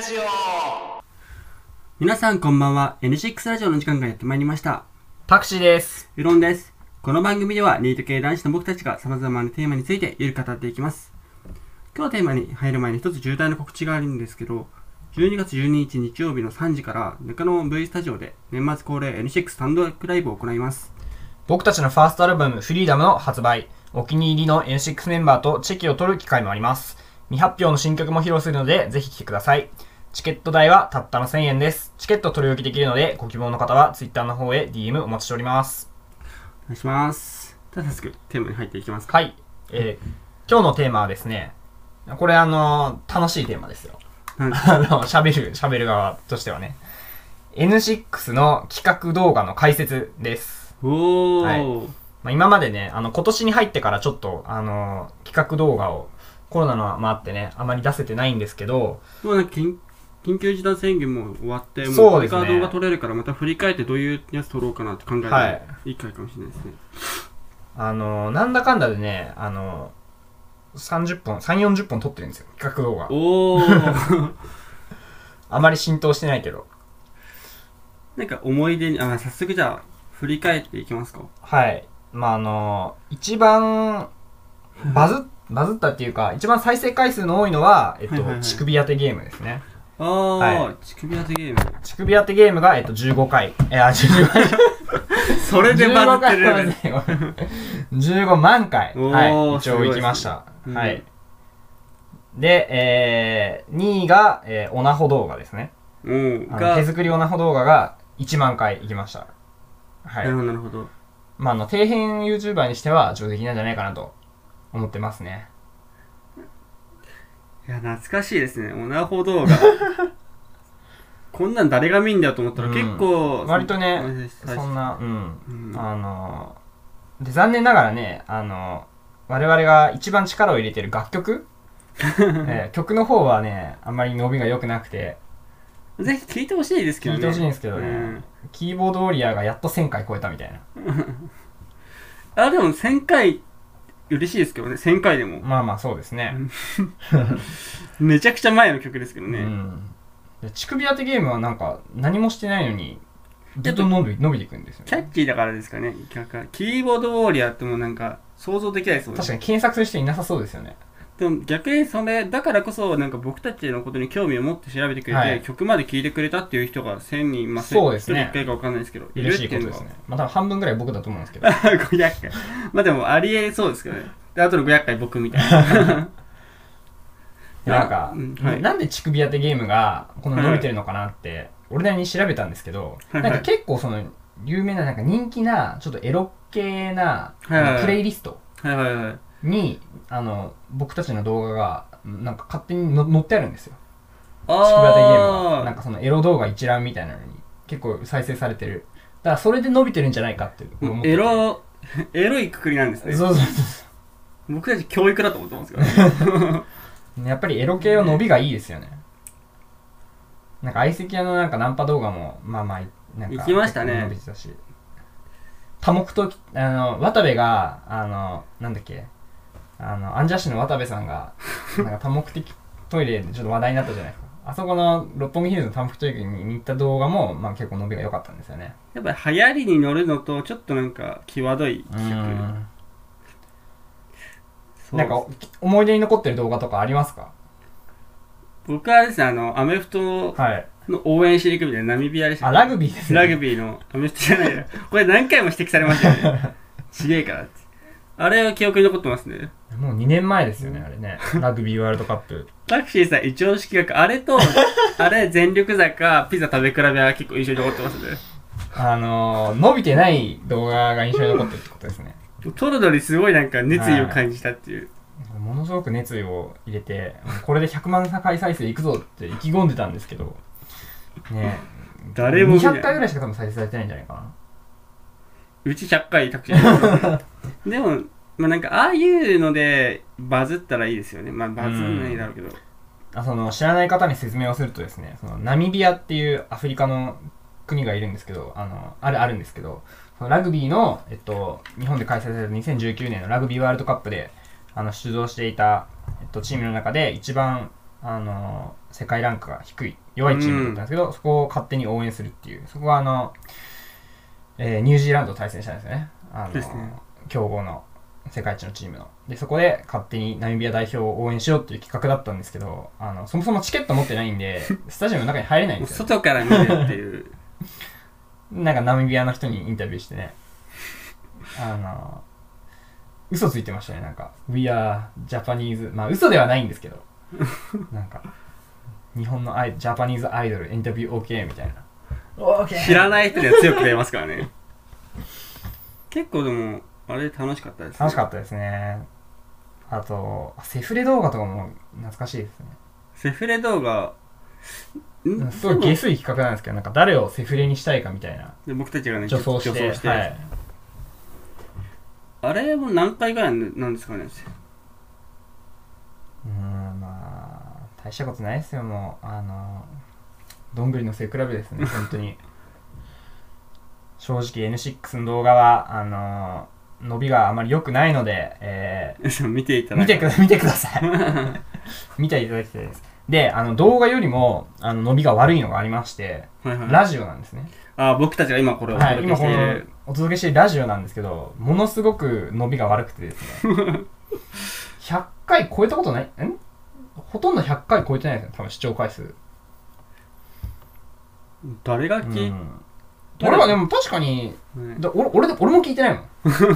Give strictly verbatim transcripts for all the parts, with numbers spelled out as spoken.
ラジオ。 皆さんこんばんは。 エヌシックス ラジオの時間がやってまいりました。 タクシーです。 うろんです。この番組ではニート系男子の僕たちが様々なテーマについてゆるく語っていきます。今日のテーマに入る前に一つ重大な告知があるんですけど、じゅうにがつじゅうににち日曜日のさんじから中野 V スタジオで年末恒例 エヌシックス 単独ライブを行います。 僕たちのファーストアルバムフリーダムの発売、お気に入りの エヌシックス メンバーとチェキを取る機会もあります。未発表の新曲も披露するのでぜひ聴いてください。チケット代はたったのせんえんです。チケット取り置きできるのでご希望の方は Twitter の方へ ディーエム お待ちしております。 お願いします。では早速テーマに入っていきますか。 はい、えー、今日のテーマはですね、これあのー、楽しいテーマですよ。あの喋る喋る側としてはね、 エヌシックス の企画動画の解説です。 おー、 はい、まあ、今までね、あの今年に入ってからちょっとあのー、企画動画をコロナのもあってね、あまり出せてないんですけど、 もうなんか緊緊急事態宣言も終わって、もうそうですね、 これから動画撮れるからまた振り返ってどういうやつ撮ろうかなって考えたらいい回かもしれないですね。 あのー、なんだかんだでね、あのー、さんじゅっぽん、さんじゅう、よんじゅっぽん撮ってるんですよ、企画動画。 おーあまり浸透してないけど。 なんか思い出に、あ、早速じゃあ振り返っていきますか。 はい。まあ、あのー、一番バズ、バズったっていうか、一番再生回数の多いのは、えっと、はいはいはい、乳首当てゲームですね。 ああ、 はい、 乳首当てゲーム。 乳首当てゲームが、えっと、じゅうごかい。いや、じゅうごかい。 それでバズってるレベル。 じゅうごまんかい。はい。一応行きました。うん、はい。で、えー、にいが、えー、オナホ動画ですね。 うん。 あの手作りオナホ動画がいちまんかい行きました。はい。 なるほど、なるほど。 まあ、あの、底辺 YouTuber にしては上出来なんじゃないかなと思ってますね。 いや、懐かしいですね。オナホ動画。こんなん誰が見んだよと思ったら結構、 うん、割とね、そんな、うん。うん、あの、で、残念ながらね、あの、我々が一番力を入れてる楽曲えー、曲の方はね、あんまり伸びが良くなくて、 ぜひ聴いてほしいですけどね。 聴いてほしいんですけどね、うん、キーボードウォリアーがやっとせんかい超えたみたいな。あ、でもせんかい嬉しいですけどね、せんかいでも。 まあまあそうですね。 めちゃくちゃ前の曲ですけどね。うん、 で乳首当てゲームはなんか何もしてないのにずっと伸び、伸びていくんですよね。 キャッチーだからですかね。キーボードウォーリアーってもうなんか想像できないですもんね。 確かに検索する人いなさそうですよね。 でも逆にそれだからこそなんか僕たちのことに興味を持って調べてくれて、はい、曲まで聴いてくれたっていう人がせんにんいます。 そうですね。 いっかいか分かんないですけど、 嬉しいことですね。まあ多分半分ぐらい僕だと思うんですけど。 ごひゃっかい。まあでもありえそうですけどね。であとのごひゃっかい僕みたいな。 なんか、うんはい、なんで乳首当てゲームがこの伸びてるのかなって、はいはい、俺なりに調べたんですけど、はいはい、なんか結構その有名ななんか人気なちょっとエロ系な、はいはいはい、プレイリストに、はいはいはい、あの僕たちの動画がなんか勝手にの載ってあるんですよ。乳首当てゲームがなんかそのエロ動画一覧みたいなのに結構再生されてる。だからそれで伸びてるんじゃないかって思ってて。 エロエロいくくりなんですね。 そうそうそう。 僕たち教育だと思ってますけどね。やっぱりエロ系は伸びがいいですよね。なんか相席屋のなんかナンパ動画もまあまあなんか行きましたね。 伸びてたし、多目とあの渡部があのなんだっけあのアンジャッシュの渡部さんがなんか多目的トイレでちょっと話題になったじゃないですか。あそこの六本木ヒルズの多目的トイレに行った動画もまあ結構伸びが良かったんですよね。 やっぱり流行りに乗るのとちょっとなんか際どい企画。 なんか思い出に残ってる動画とかありますか？ 僕はですね、あのアメフトの応援しに行くみたいなナミビアでした、 ね。あ、ラグビーですね。 ラグビーのアメフトじゃないよ。これ何回も指摘されましたよね。ちげえからって。あれは記憶に残ってますね。 もうにねんまえですよね、あれね。ラグビーワールドカップ。 タクシーさん一押し企画、あれとあれ全力坂ピザ食べ比べは結構印象に残ってますね。 あのー、伸びてない動画が印象に残ってるってことですね。 撮るのにすごいなんか熱意を感じたっていう、 はい、ものすごく熱意を入れてこれでひゃくまん回再生いくぞって意気込んでたんですけどね、誰もにひゃっかいぐらいしか多分再生されてないんじゃないかな。 うちひゃっかいタクシーでもまあなんかああいうのでバズったらいいですよね。まあバズんないだろうけど、 あその知らない方に説明をするとですね、そのナミビアっていうアフリカの国がいるんですけど、あのあるあるんですけど、そのラグビーの、えっと、日本で開催されたにせんじゅうきゅうねんのラグビーワールドカップであの出場していた、えっと、チームの中で一番あの世界ランクが低い弱いチームだったんですけど、そこを勝手に応援するっていう、そこはあの、えー、ニュージーランドと対戦したんですよね、あの、ね、強豪の世界一のチームので、そこで勝手にナミビア代表を応援しようっていう企画だったんですけど、あのそもそもチケット持ってないんでスタジアムの中に入れないんですよ、ね、 外から見るっていうなんかナミビアの人にインタビューしてね、あの嘘ついてましたね、なんか We are Japanese、 まあ嘘ではないんですけどなんか日本のアイジャパニーズアイドルインタビュー OK みたいな、 OK 知らない人には強く出ますからね結構でもあれ楽しかったですね。 楽しかったですね。あとセフレ動画とかも懐かしいですね。 セフレ動画すごい下水企画なんですけど、なんか誰をセフレにしたいかみたいなで僕たちがね女装して、 女装して、 はい、 あれも何回ぐらいなんですかね。 うーん、まあ大したことないですよ。もうあのどんぐりの背比べですね本当に正直 エヌシックス の動画はあの伸びがあまり良くないので、えー、見ていただ見てく見てください見ていただきたいです。で、あの動画よりもあの伸びが悪いのがありまして、はいはい、ラジオなんですね。 あ、僕たちが今これをお届けしている、はい、今このお届けしているラジオなんですけど、ものすごく伸びが悪くてですねひゃっかい超えたことない、んほとんどひゃっかい超えてないですね、多分視聴回数。 誰が聞い、うん、 俺はでも確かに、ね、だ 俺, 俺, 俺も聞いてないもん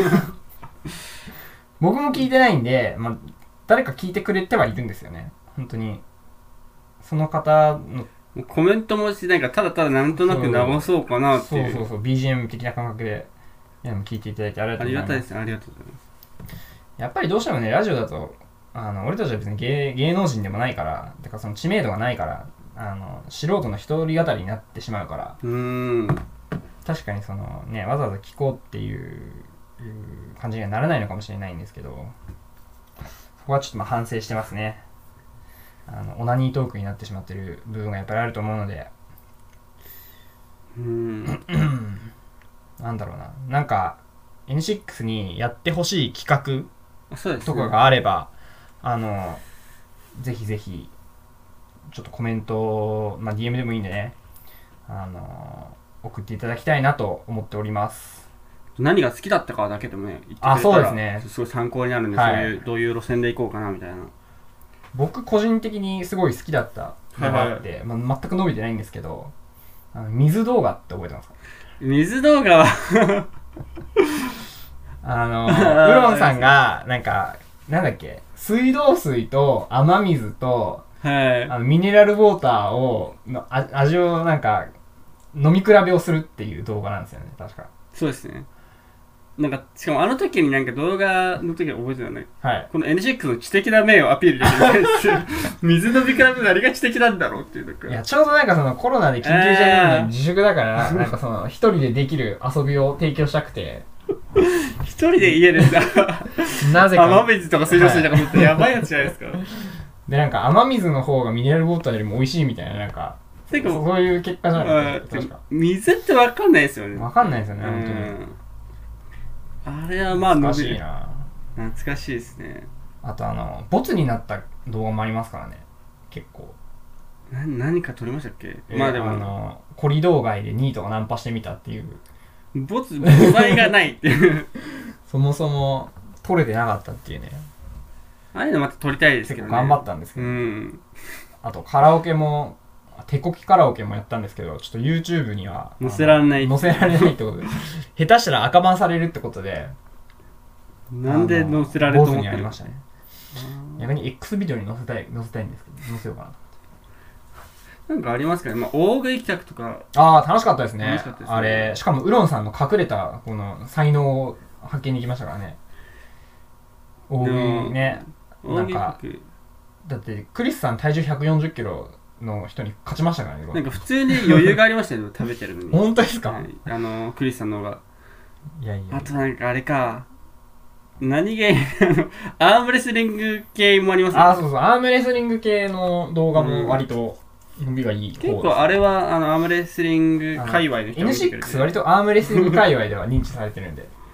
僕も聞いてないんで、まあ、誰か聞いてくれてはいるんですよね、本当に。その方のコメントもしないからただただなんとなく流そうかなっていう、 そうそうそう ビージーエム 的な感覚で聞いていただいてありがとうございます。 ありがたいですね、ありがとうございます。 やっぱりどうしてもね、ラジオだとあの俺たちは別に 芸, 芸能人でもないから、てかその知名度がないから、あの素人の一人語りになってしまうから、 うーん、 確かにそのね、わざわざ聞こうっていう感じにはならないのかもしれないんですけど、そこはちょっとまあ反省してますね。あのオナニートークになってしまってる部分がやっぱりあると思うので、 うーんなんだろうな、なんか エヌシックス にやってほしい企画とかがあれば、あのぜひぜひちょっとコメント、まあ、ディーエム でもいいんでね、あの送っていただきたいなと思っております。 何が好きだったかだけでもね、言ってくれたら、 あ、そうですね、 すごい参考になるんで、はい、そういうどういう路線で行こうかなみたいな。 僕個人的にすごい好きだったのがあって、はいはい、まあ、全く伸びてないんですけど、あの水動画って覚えてますか？ 水動画はあのウロンさんがなんかなんだっけ、水道水と雨水と、はい、あのミネラルウォーターをの味をなんか飲み比べをするっていう動画なんですよね、確か。 そうですね。なんかしかもあの時になんか動画の時は覚えてたね、はい、この エヌシックス の知的な面をアピールできる水飲み比べ何が知的なんだろうっていうのか。 いや、ちょうどなんかそのコロナで緊急事態宣言自粛だから、なんかその一人でできる遊びを提供したくて一人で家でさなぜか雨水とか水道水とか持ってやばいやつじゃないですかで、なんか雨水の方がミネラルウォーターよりも美味しいみたいな、なんかそういう結果じゃないですか。 水って分かんないですよね。 分かんないですよね、本当に。 あれはまあ懐かしいな。 懐かしいですね。あとあのボツになった動画もありますからね、結構。 な何か撮りましたっけ？ えー、まあでもあのコリドー街でにいとかナンパしてみたっていう。 ボツボツ愛がないっていうそもそも撮れてなかったっていうね。 ああいうのまた撮りたいですけどね。 結構頑張ったんですけど、 うん、 あとカラオケも手こきカラオケもやったんですけど、ちょっと YouTube には載せられない載せられないってことで下手したら赤バンされるってことで、 なんで載せられると思ってる？ 坊主にありましたね。逆に X ビデオに載せたい載せたいんですけど、載せようかなと。 なんかありますかね、まあ、大食い企画とか。 ああ、楽しかったですね。 楽しかったですね。 あれ、しかもウロンさんの隠れたこの才能を発見に行きましたからね。大食いね。なんかだってクリスさん体重ひゃくよんじゅっキロの人に勝ちましたからね。 なんか普通に余裕がありましたよ食べてるのに。 本当ですか？ はい、あのクリスさんの方が。 いやいやいや。 あとなんかあれか、何気アームレスリング系もありますね。 あ、そうそう、アームレスリング系の動画も割と伸びがいい方です。 結構あれはあのアームレスリング界隈の人が見てくれてる。 エヌシックス 割とアームレスリング界隈では認知されてるんで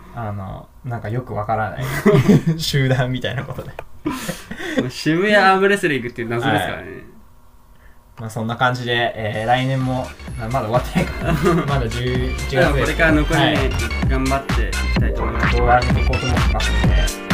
あのなんかよくわからない集団みたいなことで渋谷アームレスリングっていう謎ですからね、はい、 まあそんな感じで、えー、来年もまだ終わってないからまだじゅういちがつこれから残りね、はい、頑張っていきたいと思います。 動画上げていこうと思ってますので